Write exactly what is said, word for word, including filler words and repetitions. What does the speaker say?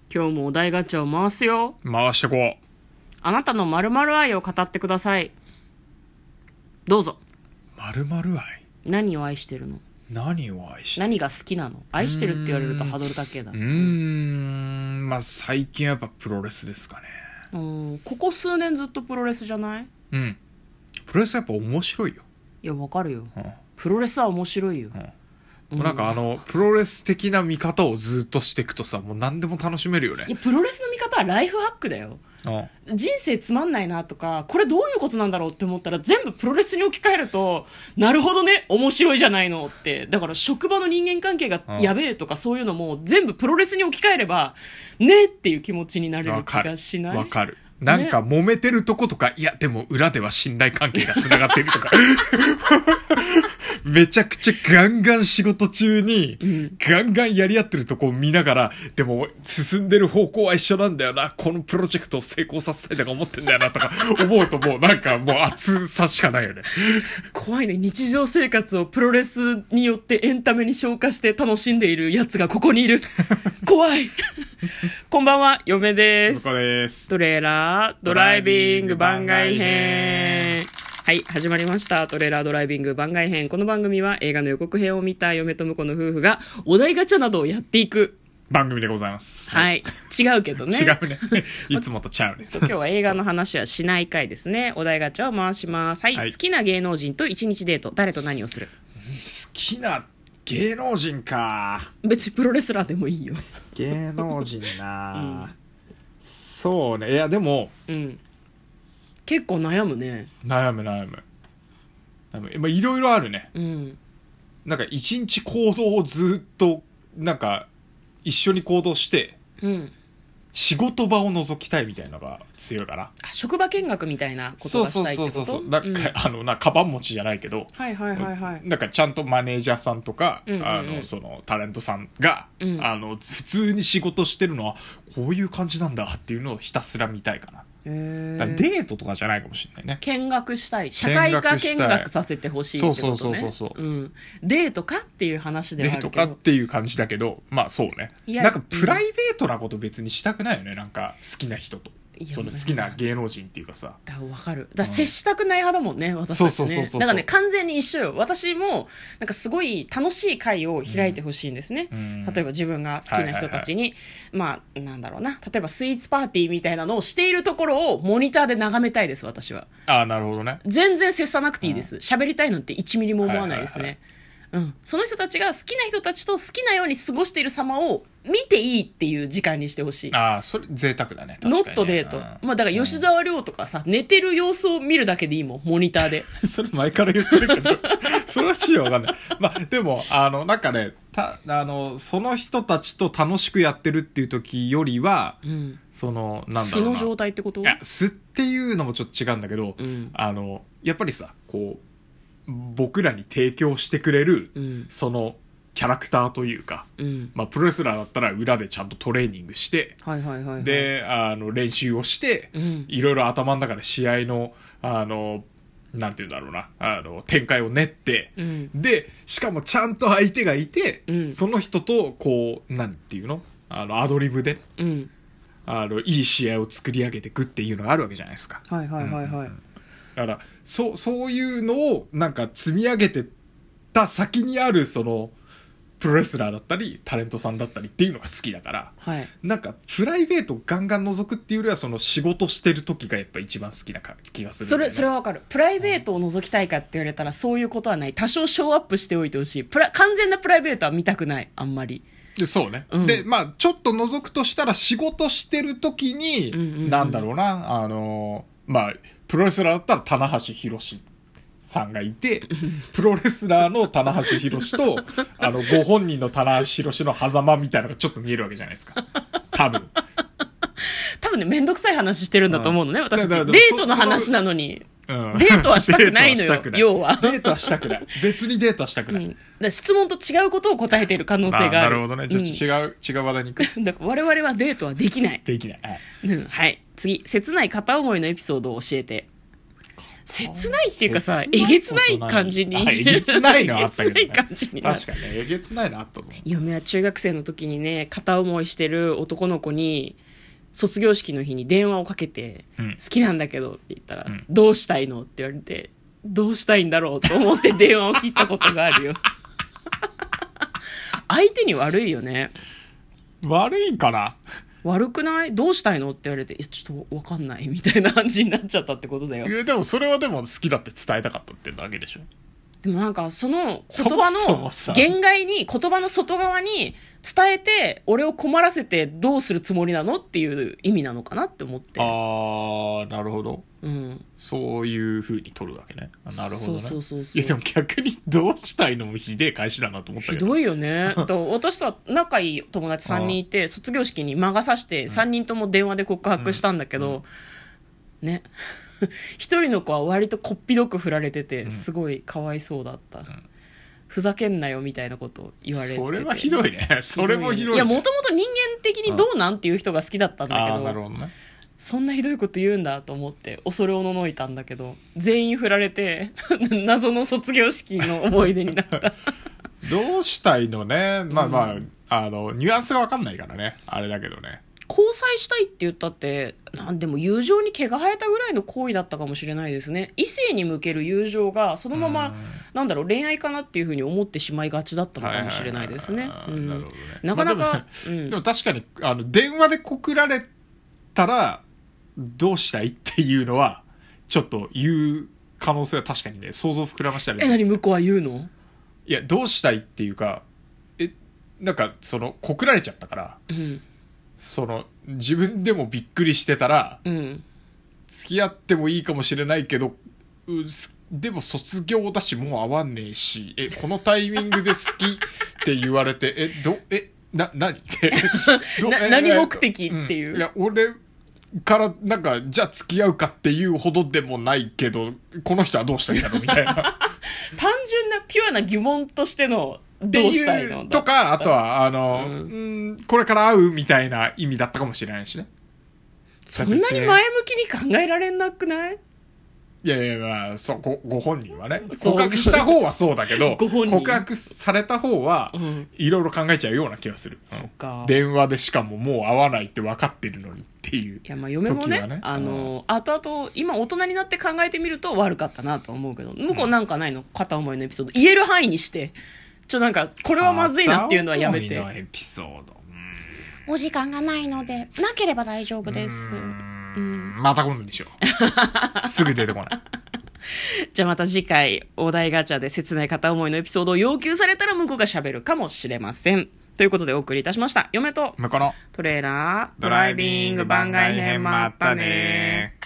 今日もお題ガチャを回すよ。 回してこう。 あなたの〇〇愛を語ってください。どうぞ。 〇〇愛。 何を愛してるの？ 何を愛してる？ 何が好きなの？愛してるって言われるとハードルだけだ。 うーん、まあ最近はやっぱプロレスですかね。 うん、ここ数年ずっとプロレスじゃない？ うん。プロレスやっぱ面白いよ。 いや、わかるよ。 うん、 プロレスは面白いよ。 うんもうなんかあのプロレス的な見方をずっとしていくとさ、もう何でも楽しめるよね。 いや、プロレスの見方はライフハックだよ。 うん、 人生つまんないなとか、これどういうことなんだろうって思ったら全部プロレスに置き換えると、なるほどね、面白いじゃないのって。だから職場の人間関係がやべえとかそういうのも全部プロレスに置き換えればねっていう気持ちになれる気がしない？ わかる。なんか揉めてるとことか、ね、いやでも裏では信頼関係がつながっているとかめちゃくちゃガンガン仕事中に、うん、ガンガンやり合ってるとこを見ながら、でも進んでる方向は一緒なんだよな、このプロジェクトを成功させたいとか思ってんだよなとか思うと、もうなんかもう熱さしかないよね。 怖いね。日常生活をプロレスによってエンタメに昇華して楽しんでいるやつがここにいる。怖い。こんばんは、嫁です。 向こうです。 トレーラードライビング番外編。はい、始まりました。トレーラードライビング番外編。この番組は映画の予告編を見た嫁と婿の夫婦がお題ガチャなどをやっていく番組でございます。 はい。違うけどね。 違うね。いつもとちゃうね。 今日は映画の話はしない回ですね。お題ガチャを回します。はい。はい、好きな芸能人と一日デート。誰と何をする？ 好きな芸能人か。 別にプロレスラーでもいいよ。 芸能人な、うん、そうね。いやでも、 うん、結構悩むね。 悩む悩む。まあいろいろあるね。 うん、 なんか一日行動をずっとなんか一緒に行動して、 うん、 仕事場を覗きたいみたいなのが強いかな。 職場見学みたいなことがしたいってこと？ そうそうそうそう。なんか、うん、あのなカバン持ちじゃないけど、 はいはいはいはい。 なんかちゃんとマネージャーさんとか、 うんうんうん、 あのそのタレントさんが、うん、あの普通に仕事してるのはこういう感じなんだっていうのをひたすら見たいかな。 へだからデートとかじゃないかもしれないね。 見学したい。社会科見学させてほしいってことね。 そうそうそうそう、 うん、デートかっていう話ではあるけど。 デートかっていう感じだけど、まあそうね。なんかプライベートなこと別にしたくないよね。なんか好きな人と。その好きな芸能人っていうかさ。 だから分かる。だから接したくない派だもんね、うん、私たちね。 そうそうそうそう。 だからね、完全に一緒よ。私も、なんかすごい楽しい会を開いてほしいんですね、うん。例えば自分が好きな人たちに、はいはいはい、まあ、なんだろうな。例えばスイーツパーティーみたいなのをしているところをモニターで眺めたいです、私は。 ああ、なるほどね。 全然接さなくていいです。喋、うん、りたいなんていちミリも思わないですね。はいはいはい、うん、その人たちが好きな人たちと好きなように過ごしている様を見ていいっていう時間にしてほしい。 ああ、それ贅沢だね。確かにね。 ノットデート。うん、まあだから吉沢亮とかさ、うん、寝てる様子を見るだけでいいもん、モニターで。 それ前から言ってるけど、それはちょっとわかんない。まあでも、あの、なんかね、た、あの、その人たちと楽しくやってるっていう時よりは、うん、その、なんだろうな。 素の状態ってこと？ いや、素っていうのもちょっと違うんだけど、 うん、 あの、やっぱりさ、こう、僕らに提供してくれる、うん、そのキャラクターというか、うん、まあ、プロレスラーだったら裏でちゃんとトレーニングして、 はいはいはいはい、 であの練習をして、 うん、 いろいろ頭の中で試合のあのなんていうんだろうなあの展開を練って、 うん、 でしかもちゃんと相手がいて、 うん、 その人とこうなんていうのあのアドリブで、 うん、 あのいい試合を作り上げていくっていうのがあるわけじゃないですか。 はいはいはいはい、 うんだからそう、そういうのをなんか積み上げてた先にあるそのプロレスラーだったりタレントさんだったりっていうのが好きだから、 はい、 なんかプライベートガンガン覗くっていうよりはその仕事してる時がやっぱ一番好きな気がする、ね、 それそれはわかる。プライベートを覗きたいかって言われたらそういうことはない。多少ショーアップしておいてほしい。プラ完全なプライベートは見たくない。あんまりでそうね、 うん、 でまあちょっと覗くとしたら仕事してる時に、 うんうんうん、 なんだろうなあのまあプロレスラーだったら棚橋宏さんがいて、プロレスラーの棚橋宏とあのご本人の棚橋宏の狭間みたいなのがちょっと見えるわけじゃないですか。多分多分ね、めんどくさい話してるんだと思うのね、うん、私たちデートの話なのに、 うん、 デートはしたくないのよ。要はデートはしたくない。別にデートはしたくない、うん、 だ質問と違うことを答えている可能性がある。あなるほどね。ちょっと違う、うん、違う話題に行く。 だから我々はデートはできない。 できない。はい。 うん、はい。次、切ない片思いのエピソードを教えて。 切ないっていうかさ、え切げつない感じに。 あえげつないのあったけど、ね、 えげつない感じになる。 確かにね、えげつないのあったと思う。 嫁は中学生の時にね、片思いしてる男の子に、卒業式の日に電話をかけて、 うん、 好きなんだけどって言ったら、 うん、 どうしたいのって言われて、どうしたいんだろうと思って電話を切ったことがあるよ。相手に悪いよね。 悪いかな。 悪くない？どうしたいのって言われて、ちょっと分かんないみたいな感じになっちゃったってことだよ。 いやでもそれはでも好きだって伝えたかったってだけでしょ。 でもなんかその言葉のそもそもさ限界に、言葉の外側に伝えて俺を困らせてどうするつもりなのっていう意味なのかなって思って。 あー、なるほど。 うん、 そういう風に取るわけね。あ、なるほどね。 そうそうそうそう。 いやでも逆にどうしたいのもひでえ返しだなと思ったけど。 ひどいよね。と私と仲いい友達さんにんいて、卒業式に魔が差してさんにんとも電話で告白したんだけど、うんうん、ね。一人の子は割とこっぴどく振られてて、すごいかわいそうだった。うん、ふざけんなよみたいなことを言われてて。 それはひどいね。それもひどいね。 いや、もともと人間的にどうなんっていう人が好きだったんだけど、 あ、なるほどね。 そんなひどいこと言うんだと思って恐れおののいたんだけど、全員振られて謎の卒業式の思い出になったどうしたいのね。まあまあ、うん、あのニュアンスが分かんないからね、あれだけどね。 交際したいって言ったってなんでも友情に毛が生えたぐらいの行為だったかもしれないですね。異性に向ける友情がそのまま、なんだろう、恋愛かなっていうふうに思ってしまいがちだったのかもしれないですね。なかなか、まあ、でも、うん、 でも確かにあの電話で告られたらどうしたいっていうのはちょっと言う可能性は確かにね、想像膨らましたね。 え、何向こうは言うの？ いや、どうしたいっていうか、え、なんかその告られちゃったから、うん、その自分でもびっくりしてたら、うん、付き合ってもいいかもしれないけど、でも卒業だしもう会わんねえし、え、このタイミングで好きって言われて、え、ど、え、な、何ってな何目的っていう、 うん、いや、俺からなんかじゃあ付き合うかっていうほどでもないけど、この人はどうしたいんだろうみたいな単純なピュアな疑問としてのどうしたいのとか、あとはあの、うん、んこれから会うみたいな意味だったかもしれないしね。 そんなに前向きに考えられなくない？ いやいや、まあ、そう、ご、ご本人はね。告白した方はそうだけど、告白された方は、いろいろ考えちゃうような気がする。うん、そっか。電話でしかももう会わないって分かってるのにっていう。 いや、まあ、嫁もね、ねあの、うん、後々、今大人になって考えてみると悪かったなと思うけど、向こうなんかないの？片思いのエピソード。言える範囲にして、ちょ、なんか、これはまずいなっていうのはやめて。 片思いのエピソード。 お時間がないので、なければ大丈夫です。 うん、また今度にしよう。すぐ出てこない。 じゃあまた次回、お題ガチャで切ない片思いのエピソードを要求されたら向こうが喋るかもしれません。ということでお送りいたしました。嫁と向こうのトレーラードライビング番外編もあったね。